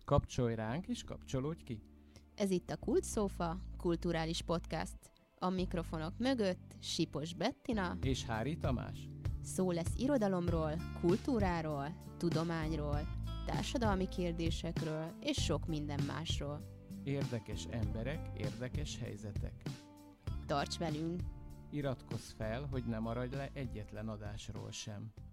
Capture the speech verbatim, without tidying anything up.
Kapcsolj ránk és kapcsolódj ki! Ez itt a Kultszófa, kulturális podcast. A mikrofonok mögött Sipos Bettina és Hári Tamás. Szó lesz irodalomról, kultúráról, tudományról, társadalmi kérdésekről és sok minden másról. Érdekes emberek, érdekes helyzetek. Tarts velünk! Iratkozz fel, hogy ne maradj le egyetlen adásról sem.